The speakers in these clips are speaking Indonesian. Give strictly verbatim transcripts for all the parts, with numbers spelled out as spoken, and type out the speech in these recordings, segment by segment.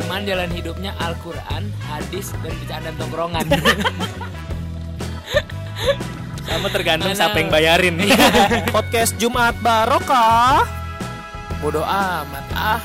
Iman jalan hidupnya Al-Quran, hadis, dan bercandaan tongkrongan. Sama tergantung Mana? siapa yang bayarin. Podcast Jumat Barokah. Bodoh amat ah.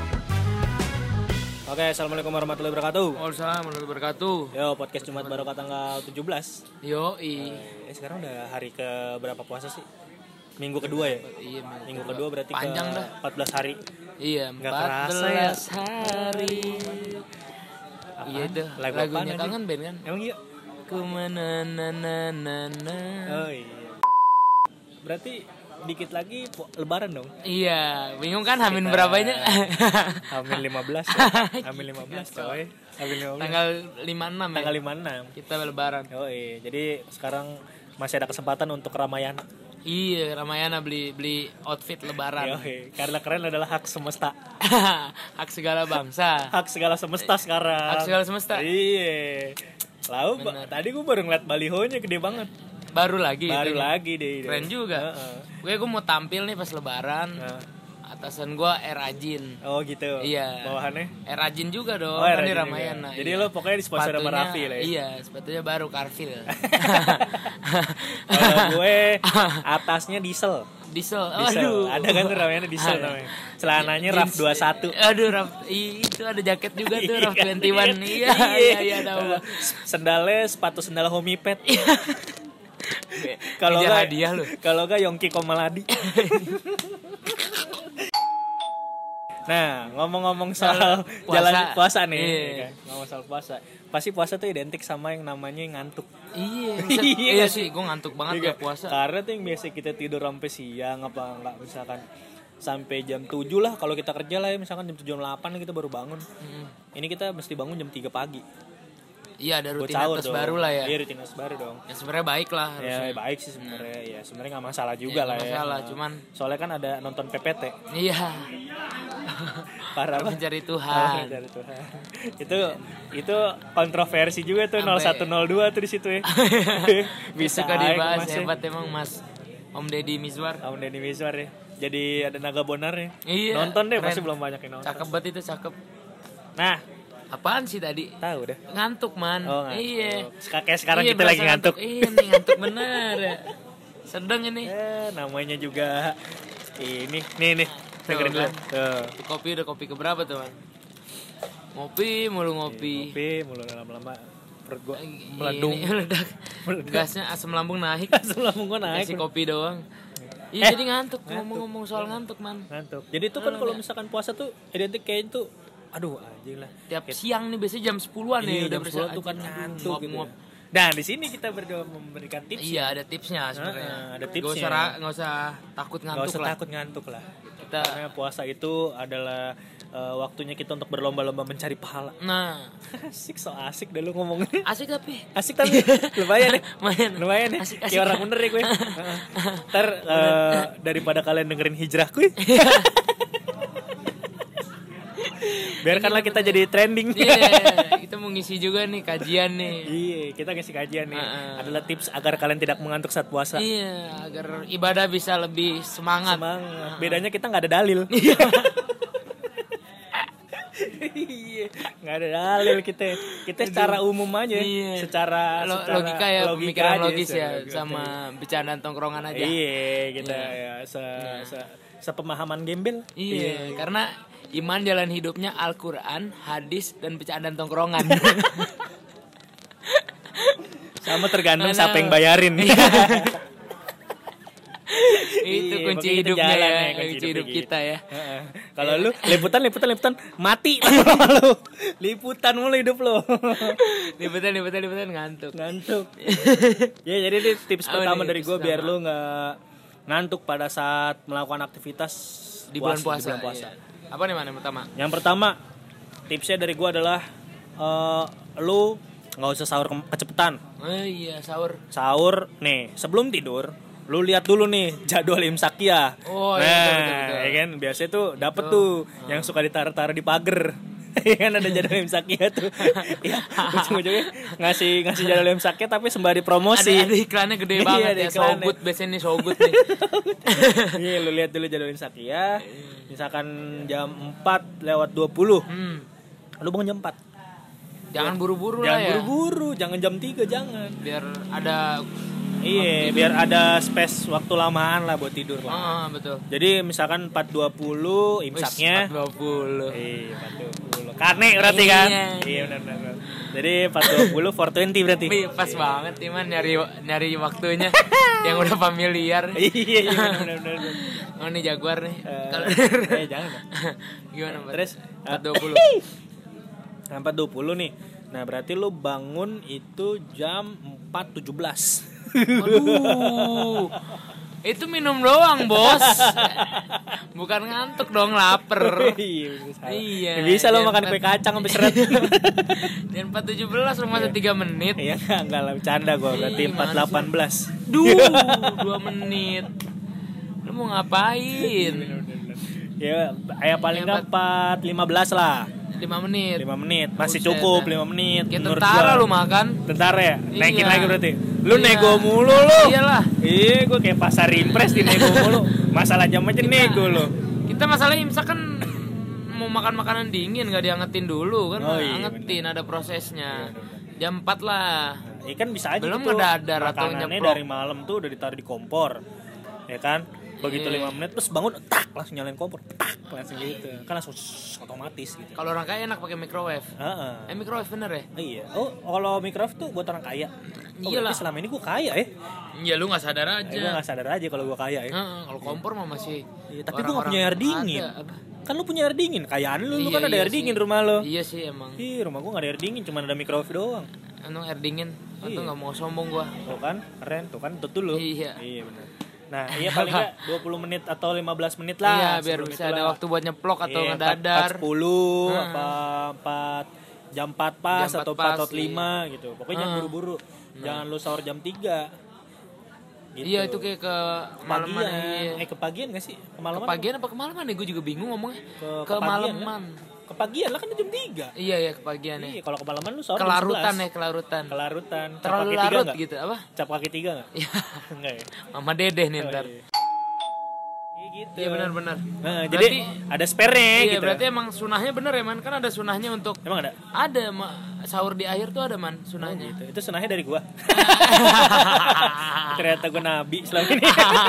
Oke, assalamualaikum warahmatullahi wabarakatuh. Waalaikumsalam warahmatullahi wabarakatuh. Yo, podcast Jumat Barokah tanggal tujuh belas. Yoi. Eh, sekarang udah hari ke berapa puasa sih? Minggu kedua ya? Iya, Minggu kedua berarti panjang ke dah. empat belas hari. Iya, Nggak empat kerasa belas ya. hari. Apaan? Iya dah. Lagu Lagunya apaan, kangen anjing? band kan? Emang iya? Kemana na na na na. Oh iya. Berarti dikit lagi po- lebaran dong. Iya, bingung kan Hamin Kita- berapanya? Hamin lima belas. Ya? Hamin lima belas coy. Hamin lima belas. Tanggal lima puluh enam ya. Tanggal lima puluh enam. Kita lebaran. Oh iya. Jadi sekarang masih ada kesempatan untuk Ramayana. Iya, Ramayana beli beli outfit lebaran. Yoi, karena keren adalah hak semesta. Hak segala bangsa. Hak segala semesta sekarang. Hak segala semesta. Iya. Lalu ba- tadi gue baru ngeliat balihonya gede banget. Baru lagi. Baru itunya. lagi deh. Keren juga. Heeh. Gue gue mau tampil nih pas lebaran. Nah. Atasan gue Erajin. Oh gitu. Iya. Bawahannya. Erajin juga dong, Oh, kan di Erajin juga. Ramayana. Jadi iya. lo pokoknya disponsor sama Sepatunya- Raffi lah ya? Iya, sepatunya baru Carfil. Kalau gue atasnya diesel. Diesel. Diesel. Aduh. Ada kan tuh namanya diesel Ada. namanya. Celananya R A F Jeans- dua puluh satu. Aduh, Raf, i- itu ada jaket juga tuh R A F dua puluh satu. Iya, iya, iya, tahu gua. Sendalnya sepatu sendal Homipet. Kalau Meja enggak hadiah lu. Kalau enggak Yongki Komaladi. Nah, ngomong-ngomong soal Puasa. jalan puasa nih, Iya. ya kan? Ngomong soal puasa. Pasti puasa tuh identik sama yang namanya ngantuk. Iya, Iya iya kan? sih, gue ngantuk banget Iya ya kan? puasa. Karena tuh yang biasa kita tidur sampai siang apa enggak misalkan sampai jam tujuh lah kalau kita kerja lah ya, misalkan jam tujuh jam delapan kita baru bangun. Mm. Ini kita mesti bangun jam tiga pagi. Iya, ada Buat sahur rutinitas dong. baru lah ya. Iya, rutinitas baru dong. Ya sebenarnya baik lah Ya harusnya. baik sih sebenarnya. Ya sebenarnya nggak masalah juga Ya, lah nggak ya. masalah, cuman- soalnya kan ada nonton P P T. Iya. Para apa? Mencari Oh, Tuhan. dari Tuhan. itu itu kontroversi juga tuh nol satu Sampai- nol dua tuh di situ ya. Bisa Suka aja dibahas, Mas, ya. hebat emang Mas Om Deddy Mizwar. Om Deddy Mizwar ya. Jadi ada naga bonarnya. Iya, Nonton deh, keren. pasti belum banyak yang nonton. Cakep banget itu, cakep. Nah, Apaan sih tadi? tahu deh. Ngantuk man. Oh, ngantuk. Iya. Kayak sekarang Iya, kita lagi berasa ngantuk. Iya nih ngantuk bener ya. Sedang ini. Ya, namanya juga ini nih nih. Dengerin dulu. kan. Tuh. Itu kopi udah kopi keberapa tuh man? Ngopi mulu ngopi. Kopi mulu lama-lama perut gua Ini meledung. meledak. Meledak. Gasnya asam lambung naik. Asam lambung gua naik. Kasih kopi doang. Eh, Iya jadi ngantuk. Ngomong-ngomong soal ngantuk man. Ngantuk. Jadi itu kan kalau misalkan puasa tuh identik kayak itu. Aduh, anjing lah. Tiap siang nih biasanya jam sepuluhan Iya, nih udah jam sepuluh berasa tuh kan anjing, ngantuk gitu. nguap-nguap. Nah, di sini kita berdua memberikan tips. Iya ada tipsnya sebenarnya. Ah, ada Gak tipsnya. usah, ra- nggak usah takut Nggak ngantuk usah lah. takut ngantuk lah. Kita Karena puasa itu adalah eh, waktunya kita untuk berlomba-lomba mencari pahala. nah Asik, so asik dah lu ngomongnya. asik tapi Asik tapi lumayan ya. Lumayan. Lumayan ya. Asik, asik. Kayak orang bener ya gue. Heeh. Ntar eh, daripada kalian dengerin hijrahku ya. Biarkanlah kita jadi trending. Iya, kita mau ngisi juga nih kajian nih. Iya, kita ngasih kajian nih. Heeh. Adalah tips agar kalian tidak mengantuk saat puasa. Iya, agar ibadah bisa lebih semangat. Semangat. Bedanya kita nggak ada dalil. Iya, nggak ada dalil kita. Kita secara umum aja. Iya. Secara, Lo- secara logika ya, pemikiran aja, logis secara ya, logika. sama bercandaan tongkrongan aja. Iya, kita ya se, se, sepemahaman gembel. Iya, karena iman jalan hidupnya Al-Quran, hadis, dan bercandaan tongkrongan. Sama tergantung Mana- siapa yang bayarin. Itu Iya, kunci pokoknya kita hidupnya jalan ya, ya, kunci hidup kita. kita ya. Heeh. Kalau lu liputan liputan liputan mati lama lu. Liputan mulu hidup lu. Liputan, liputan, liputan ngantuk. Ngantuk. Ya jadi ini tips Oh, pertama nih, dari tips gue biar pertama. lu nggak ngantuk pada saat melakukan aktivitas Di bulan puasa. Di bulan puasa. Iya. Apa nih mana yang pertama? Yang pertama tipsnya dari gue adalah eh, lu nggak usah sahur ke- kecepatan. Oh iya, sahur. Sahur nih sebelum tidur lu lihat dulu nih jadwal imsakia. Oh, nah, iya, betul, betul, betul. ya kan biasanya tuh dapet tuh yang suka ditaruh-taruh di pagar. Ya kan ada jadwal imsakia tuh. Ya, ujung-ujungnya ngasih ngasih jadwal imsakia tapi sembari promosi. Ada, ada iklannya gede Iya, banget ada ya. iklannya. So good, biasanya nih so good nih. Iya, lu lihat dulu jadwal imsakia. Misalkan jam empat lewat dua puluh. Hmm. lu bangun jam empat. Jangan buru-buru Jangan lah ya. buru-buru, jangan jam tiga, jangan. Biar ada Iya, biar ada space waktu lamaan lah buat tidur lah. Ah, betul. Jadi misalkan empat dua puluh imsaknya. empat dua puluh. Iya, empat dua puluh. Karne berarti kan? Iya. Iya, benar benar. Jadi empat dua puluh, empat dua puluh berarti. Wih, pas Iya. banget Iman nyari nyari waktunya yang udah familiar. Iya, iya benar benar benar. Oh nih Jaguar nih. Eh, Kalau eh jangan. gimana Pak? Terus empat dua puluh. Nah, empat dua puluh nih. Nah, berarti lu bangun itu jam empat tujuh belas. Aduh. Itu minum doang, Bos. Bukan ngantuk dong, lapar. Iya, bisa. Iya. Ya, bisa lo Dan makan empat- kue kacang sampai seret. Dan empat tujuh belas rumah tiga menit. Iya, enggak lah, bercanda gua. Berarti Ih, empat mana delapan belas. Duh, dua menit. Lu mau ngapain? Ya, ya paling Hebat. enggak empat lima belas lah. lima menit. lima menit. Masih Buset, cukup dah. lima menit. Kayak menurut tentara gua. lu makan. Tentara ya? Naikin Iya. lagi berarti. Lu Iya. nego mulu lu. Iyalah. Iya, gua kayak pasar impres di nego mulu. Masalah jam aja nego lu. Kita masalahnya imsak kan mau makan makanan dingin gak diangetin dulu kan. Oh, iya, Angetin ada prosesnya. Jam empat lah. Ya kan bisa aja Belum gitu. ngedadar atau Makanannya nyeplok. dari malam tuh udah ditaruh di kompor. Ya kan? Begitu Iya. lima menit terus bangun tak langsung nyalain kompor. Tak langsung gitu. Kan langsung shh, otomatis gitu. Kalau orang kaya enak pakai microwave. Heeh. Eh microwave bener ya? Iya. Oh, kalau microwave tuh buat orang kaya. Oh, Iyalah. berarti selama ini gua kaya ya. Iya lu gak sadar Eh, gua aja. gak sadar aja kalau gua kaya ya. Heeh, kalau kompor mah masih. Iya, tapi gua gak orang-orang punya air dingin. ada, apa? Kan lu punya air dingin. Kayaan lu, lu Iya, kan ada iya air sih. dingin rumah lu. Iya sih emang. Ih, rumah gua gak ada air dingin, cuma ada microwave doang. Anu air dingin. Itu Iya. nggak mau sombong gua. Tuh kan, keren. Tuh kan, tuh dulu. Iya. Iya benar. Nah, iya paling enggak dua puluh menit atau lima belas menit lah. Iya, biar sebelum bisa itulah. ada waktu buat nyeplok atau Iya, ngedadar. empat sepuluh Hmm. apa empat jam empat pas Jam empat atau pas, empat lima gitu. Pokoknya jangan Hmm. buru-buru. Jangan lu sahur jam tiga. Gitu. Iya itu kayak ke malaman. kepagian. Iya. Eh kepagian gak sih? Kemalaman? Kepagian apa kemalaman ya? Gue juga bingung ngomongnya. Ke- Kemalaman. Kepagian lah kan jam tiga. Iya ya kepagian ya. Iya, kalau kemalaman lu sahur jam Kelarutan ya sebelas. kelarutan. Kelarutan. Cap Terlalu kaki tiga larut nggak? gitu apa? Cap kaki tiga enggak? Iya. Enggak ya? Mama Dedeh nih ntar. Oh, iya. Iya gitu. Iya benar-benar. Nah, jadi Berarti- ada spare-nya Iya gitu. berarti emang sunahnya bener ya man. Kan ada sunahnya untuk Emang ada? ada ma- sahur di akhir tuh ada man sunahnya. Gitu. Itu sunahnya dari gua. Ternyata gua nabi selama ini.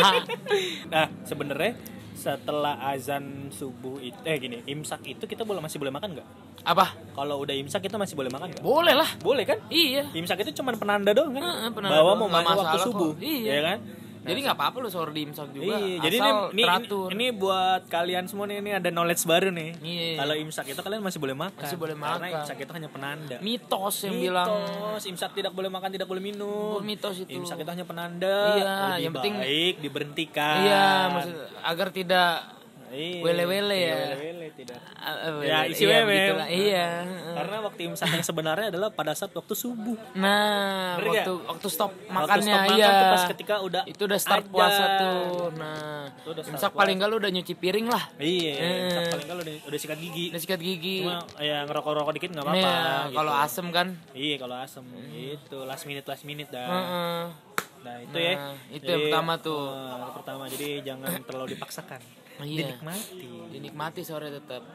Nah, sebenarnya setelah azan subuh itu eh gini, imsak itu kita boleh masih boleh makan nggak? Apa? Kalau udah imsak kita masih boleh makan nggak? Boleh lah. Boleh kan? Iya. Imsak itu cuma penanda doang kan? Heeh, penanda Bahwa doang, mau nggak masuk waktu masalah subuh. kok. Iya. Ya kan? Jadi nggak apa-apa lu sahur di imsak juga. Iya, jadi ini, asal ini, ini, teratur. ini buat kalian semua nih, ini ada knowledge baru nih. Iya. Kalau imsak itu kalian masih boleh makan. Masih boleh Karena makan. imsak itu hanya penanda. Mitos yang bilang Mitos, imsak tidak boleh makan, tidak boleh minum. Oh, mitos itu. Imsak itu hanya penanda. Iya, Lebih yang penting- baik diberhentikan. Iya, maksud agar tidak Iya. wele-wele Iya, ya. wele-wele tidak. uh, uh, Ya, isi iya, wele. begitulah. Iya. Karena waktu imsak yang sebenarnya adalah pada saat waktu subuh. Nah, Bener waktu nggak? waktu stop Waktu makannya stop makan iya. tuh pas ketika udah itu udah start ajan. puasa tuh. Nah, Itu udah start imsak puasa. paling gak lu udah nyuci piring lah. Iya, Eh. imsak paling kalau udah, udah sikat gigi. Udah sikat gigi. Cuma ya ngerokok-rokok dikit nggak apa-apa. Iya, gitu. kalau asem kan. Iya kalau asem gitu last minute last minute dah. Heeh. Nah itu Nah, ya. itu yang pertama tuh. eh, yang pertama jadi jangan terlalu dipaksakan. Iya. Dinikmati. Dinikmati sore tetap.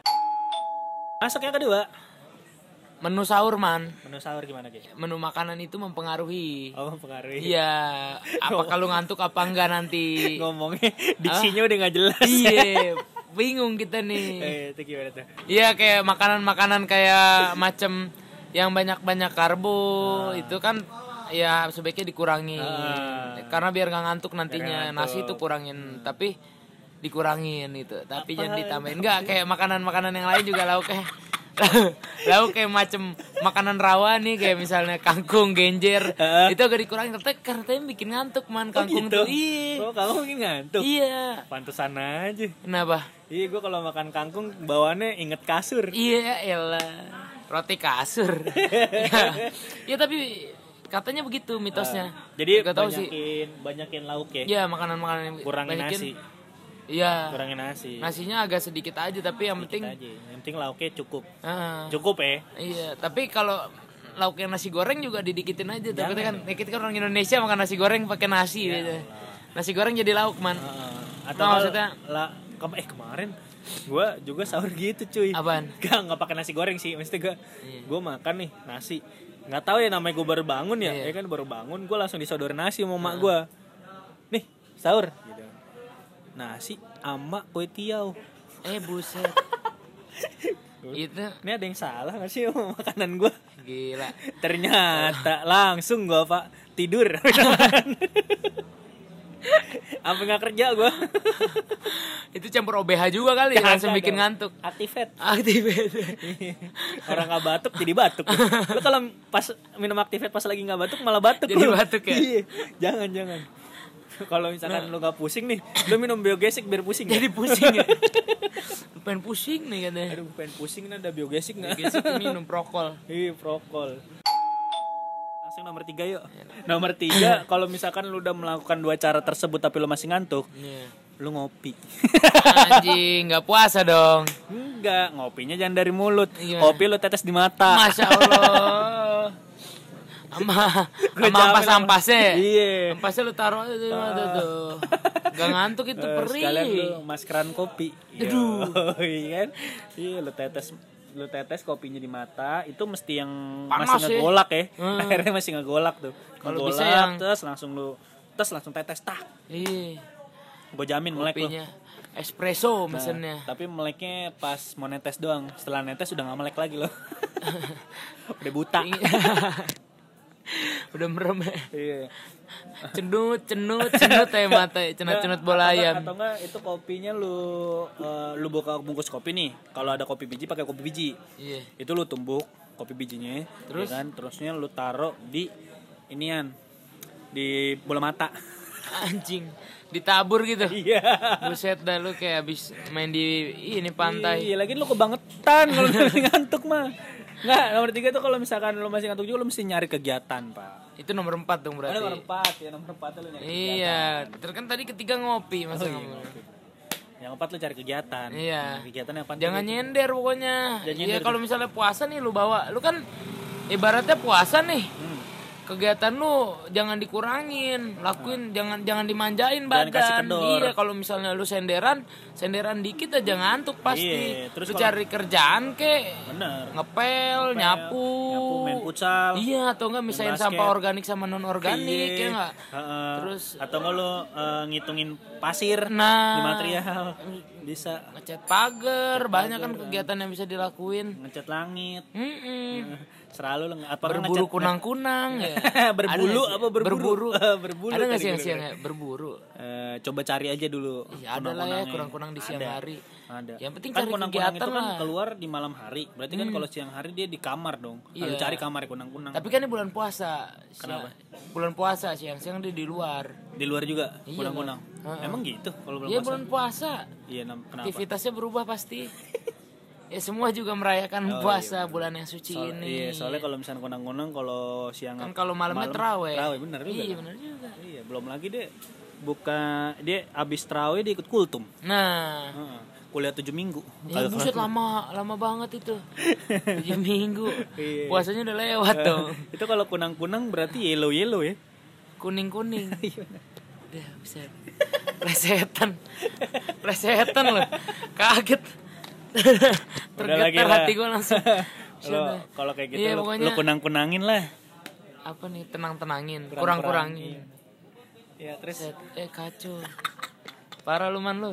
Masuk yang kedua. Menu sahur man. Menu sahur gimana guys? Menu makanan itu mempengaruhi. Oh pengaruhi. Iya, apakah lu ngantuk apa enggak nanti? Ngomongnya diksinya udah nggak jelas. Iya, bingung kita nih. Eh itu gimana tuh? Iya kayak makanan-makanan kayak macem yang banyak-banyak karbo itu kan ya sebaiknya dikurangi Ah. karena biar nggak ngantuk Biar nantinya. nggak ngantuk. Nasi itu kurangin tapi dikurangin itu tapi Apa? jangan ditambahin enggak kayak makanan-makanan yang lain juga lauk kayak lauk kayak macem makanan rawa nih kayak misalnya kangkung genjer Ah. itu agak dikurangin katanya katanya bikin ngantuk man kangkung gitu? tuh iya Oh kamu mungkin ngantuk. iya Pantesan aja. kenapa Iya gue kalau makan kangkung bawaannya inget kasur. iya elah roti kasur ya, ya tapi katanya begitu mitosnya Jadi Gak tahu sih banyakin banyakin lauk ya. ya makanan-makanan yang Kurangin banyakin. nasi. Iya Kurangin nasi. nasinya agak sedikit aja tapi yang Sedikit penting aja. Yang penting lauknya cukup. ah, Cukup ya. iya tapi kalau lauknya nasi goreng juga didikitin aja tapi Jangan kan ya kita kan orang Indonesia makan nasi goreng pakai nasi gitu. Nasi goreng jadi lauk man Heeh. Nah, maksudnya- lah kem- eh kemarin Gue juga sahur gitu cuy. Apaan? Gak nggak pakai nasi goreng sih, mesti gue Iya. gue makan nih nasi. Nggak tahu ya namanya gue baru bangun ya, Iya. ya kan baru bangun gue langsung disodorin nasi sama mak gue. Nih sahur. Gitu. Nasi sama kue tiaw. Eh buset. Itu Ini ada yang salah nggak sih sama makanan gue? gila. Ternyata langsung gue pak tidur. Apa nggak kerja gue? Itu campur O B H juga kali, langsung bikin ngantuk. Activate. Aktifet. Orang nggak batuk jadi batuk. Lu kalau pas minum Activate pas lagi nggak batuk malah batuk. Jadi lu. batuk ya? Iya. Jangan jangan. Kalau misalkan lu nggak pusing nih, lu minum biogesik biar pusing. Jadi pusing ya. Lu pengen pusing nih katanya. Aduh pengen pusing nih ada biogesik nggak? Gesek minum prokol. Iya prokol. Langsung nomor tiga yuk. Nomor tiga kalau misalkan lu udah melakukan dua cara tersebut tapi lu masih ngantuk, Iya. lu ngopi. Anjing, nggak puasa dong. Enggak, ngopinya jangan dari mulut. Iya. Kopi lu tetes di mata. Masya Allah. Ama Gua ama jamin ampas-ampasnya ya? Iya. Ampasnya lu taruh aja di mata tuh. Gak ngantuk itu Eh, perih. sekalian lu maskeran kopi. Aduh. Iya kan? Iya lu tetes lu tetes kopinya di mata itu mesti yang Panas masih ya. ngegolak ya. Hmm. Akhirnya masih ngegolak tuh. Kalau Ngegolak, bisa yang- terus langsung lu terus langsung tetes tak. Iya. Gue jamin melek lu. Kopinya espresso Nah, mesennya. tapi meleknya pas mau netes doang. Setelah netes udah gak melek lagi loh. Udah buta. Udah merem ya. Iya. Cenut, cenut, cenut ya mata, cenut-cenut bola Atau enggak- ayam. Atau enggak itu kopinya lu eh, lu buka bungkus kopi nih. Kalau ada kopi biji pakai kopi biji. Iya. Itu lu tumbuk kopi bijinya, Terus? ya kan? Terusnya lu taruh di inian di bola mata. Anjing, ditabur gitu. Iya. Buset dah lu kayak habis main di ini pantai. Iya, lagi lu kebangetan kalau masih ngantuk mah. Nggak, nomor tiga tuh kalau misalkan lu masih ngantuk juga lu mesti nyari kegiatan, Pak. Itu nomor empat dong Oh, berarti. nomor empat ya, nomor empat lu nyari kegiatan. Iya, terus kan tadi ketiga ngopi masa Oh, iya, ngomong. oke. Yang keempat lu cari kegiatan. Iya. Nah, kegiatan apa? Jangan nyender pokoknya. Jangan Iya nyender kalau misalnya puasa nih lu bawa, lu kan ibaratnya puasa nih. Hmm. Kegiatan lu jangan dikurangin, lakuin jangan jangan dimanjain Jangan kasih badan. kendor. Iya, kalau misalnya lu senderan, senderan dikit aja ngantuk pasti. Iya, terus lu kalau- cari kerjaan ke Bener. ngepel, nyapu. Nyapu, main futsal. Iya, atau enggak misain basket. sampah organik sama non organik ya enggak? Heeh. Terus atau enggak lu eh, ngitungin pasir Nah. di material. Bisa ngecat pagar, banyak kan kegiatan yang bisa dilakuin. ngecat langit. Mm-mm. Selalu lu apa Berburu kunang-kunang ya. Berbulu Ada nggak sih? apa berburu? Berburu. Berbulu Ada nggak tadi sih yang gue siang ya? Berburu. Eh, coba cari aja dulu. Iya, ada lah ya kunang-kunangnya. kurang-kurang di siang Ada. hari. Ada. Yang penting kan cari kunang-kunang kegiatan itu kan lah. Hmm. keluar di malam hari. Berarti kan kalau siang hari dia di kamar dong. Lalu Iya. cari kamar kunang-kunang. Tapi kan ini bulan puasa. Siang- Kenapa? Bulan puasa siang-siang dia di luar. Di luar juga Iya, kunang-kunang. Heeh. Emang gitu kalau belum Iya puasa? bulan puasa. Iya, nam- kenapa? Aktivitasnya berubah pasti. Ya semua juga merayakan Oh, puasa iya, bulan yang suci Soal- ini. Iya, soalnya kalau misalnya kunang-kunang kalau siang Kan kalau malamnya malam- terawih. Terawih bener juga. Iya benar juga. Iya, belum lagi dia buka dia abis terawih dia ikut kultum. Nah, Heeh. Kuliah tujuh minggu. ya Kalau- buset lama lama banget itu. Tujuh minggu. Iya. Puasanya udah lewat dong. Itu kalau kunang-kunang berarti yellow-yellow ya. Kuning-kuning. Iya. Udah, buset. Plesetan. Plesetan loh. Kaget. Udah lagi Tergetar lah. hati gue langsung. Kalau kalau kayak gitu Iya, lu, pokoknya- lu kunang-kunangin lah. Apa nih, tenang-tenangin, Kurang-kurangin. kurang-kurangin. Ya, terus Set, eh kacau. Parah lu man lu.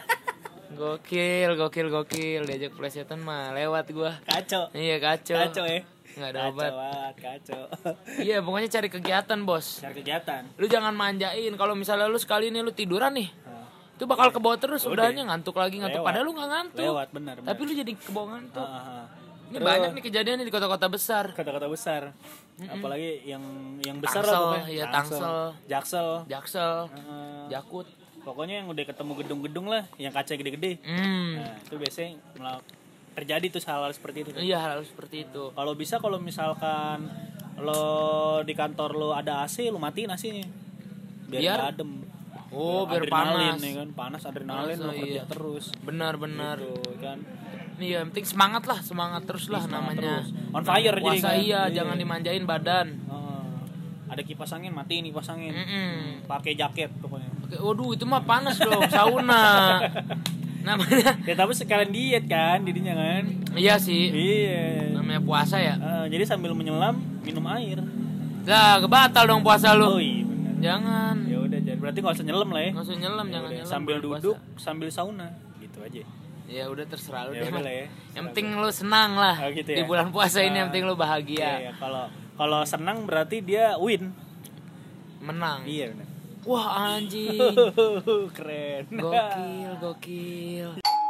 Gokil, gokil, gokil. Diajak plesetan mah lewat gua. kacau. Iya kacau. Kacau ya. Nggak ada Kacau obat. banget, kacau. Iya, pokoknya cari kegiatan, Bos. Cari kegiatan. Lu jangan manjain. Kalau misalnya lu sekali ini lu tiduran nih, Nah, itu bakal kebawa terus Udah. udahnya ngantuk lagi ngantuk. Lewat. Padahal lu nggak ngantuk. Lewat benar. benar. Tapi lu jadi kebawa ngantuk. Ah, ah, ah. Ini Terus- banyak nih kejadian nih di kota-kota besar. Kata-kata besar. Apalagi yang yang besar Tangsel, lah pokoknya. iya, Tangsel. Jaksel. Jaksel, Heeh. Jakut. Pokoknya yang udah ketemu gedung-gedung lah, yang kaca gede-gede. Hmm. Nah, itu biasanya melak- terjadi tuh hal-hal seperti itu. Iya, hal seperti itu. Kalau bisa kalau misalkan lo di kantor lo ada A C, lo matiin A C-nya. Biar, Biar? nggak adem. Oh, biar Adrenalin, panas. ya kan, panas adrenalin Panas, lo oh, kerja iya. terus. Benar-benar. Tuh kan. Iya, yang penting semangat lah, semangat terus lah Semangat namanya. terus. On fire jadi Puasa kan? iya, Iya. jangan dimanjain badan. Heeh. Ada kipas angin, matiin kipas angin. Mm-mm. Pakai jaket pokoknya. Oke, waduh itu mah panas dong, sauna. Namanya. Ya tapi sekalian diet kan jadinya kan. Iya sih. Iya. Namanya puasa ya. Uh, jadi sambil menyelam minum air. Lah, kebatal dong puasa lu. Oh iya benar. Jangan. Ya udah jadi berarti nggak usah nyelam lah ya. Nggak usah nyelam, Ya jangan udah, nyelam. sambil bulan duduk, puasa. sambil sauna gitu aja. Ya udah terserah lu Ya deh. udah Man. lah ya. Yang penting lu senang lah. Oh, gitu Di ya? bulan puasa ini Ah, yang penting lu Iya, bahagia. iya. Kalau kalau senang berarti dia win. Menang. Iya benar. Wah anjing. Keren. Gokil, gokil.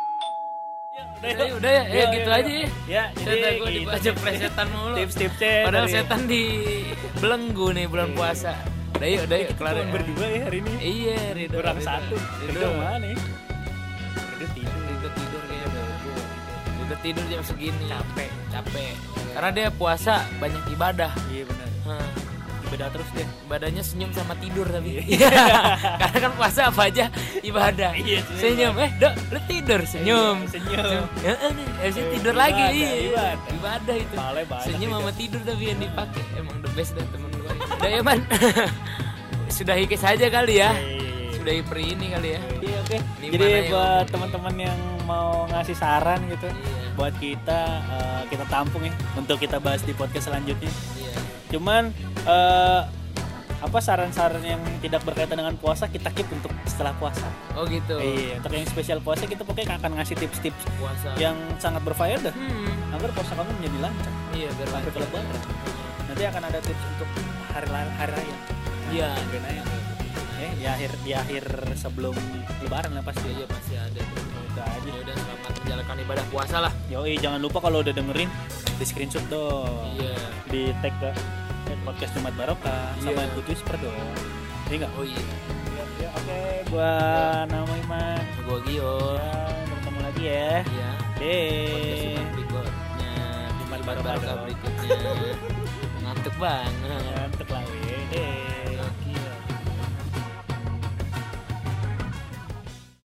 Udah, Udah, ya, udah ya, ya Yuk, gitu yuk, aja yuk. ya. Ya, Jadi jadi gue gitu. dibaca presetan mulu. Tips-tipsnya Padahal dari- setan di belenggu nih bulan Iya. puasa. Udah yuk, udah yuk, kelar Cuma ya. berdua ya hari ini. Iya, Ridho. Kurang Ridho. satu. Ridho. Ridho mana ya? Ridho tidur. Ridho tidur kayaknya udah. Ridho tidur jam segini. Capek, capek. Karena dia puasa banyak ibadah. Iya benar. Hah. Beda terus deh. Ibadahnya senyum sama tidur tapi. Karena kan puasa apa aja ibadah. Iya, Senyum, eh, Dok, lu tidur, senyum. Iya, senyum. Heeh nih, habis itu Eh, tidur ibadah, lagi. Iya. ibadah. Ibadah itu. Pahalanya banyak Senyum itu. sama tidur tapi yang dipakai emang the best dah temen gue. Udah ya, Man. Sudahi saja kali ya. Iya, iya, iya. Sudahi pre ini kali ya. Iya oke. Ini Jadi mana yang buat mau- teman-teman yang mau ngasih saran gitu, Iya. buat kita eh, kita tampung ya untuk kita bahas di podcast selanjutnya. Iya. Cuman eh, apa saran-saran yang tidak berkaitan dengan puasa kita keep untuk setelah puasa. Oh gitu. Iya, untuk yang spesial puasa kita pokoknya akan ngasih tips-tips Puasa. yang sangat berfaedah Hmm. agar puasa kamu menjadi lancar Iya, biar sampai ke lancar. lebaran. Nanti akan ada tips untuk hari hari raya. Iya. Nah, ya. Eh, di akhir di akhir sebelum lebaran lah pasti. Iya, pasti ada. Udah aja. Ya udah, selamat menjalankan ibadah puasa lah. Yoi, jangan lupa kalau udah dengerin di screenshot dong. Iya. Di tag ke ke podcast Jumat Barokah sama Iya. Good Whisper dong. Iya enggak? Oh iya. Ya, ya, oke, gua nama Iman. Gua Gio. Ya, bertemu lagi ya. Iya. Podcast Deh. Jumat berikutnya. Jumat Jumat Barokah Barokah dong. berikutnya. Ngantuk banget. Ngantuk lah, weh. Deh.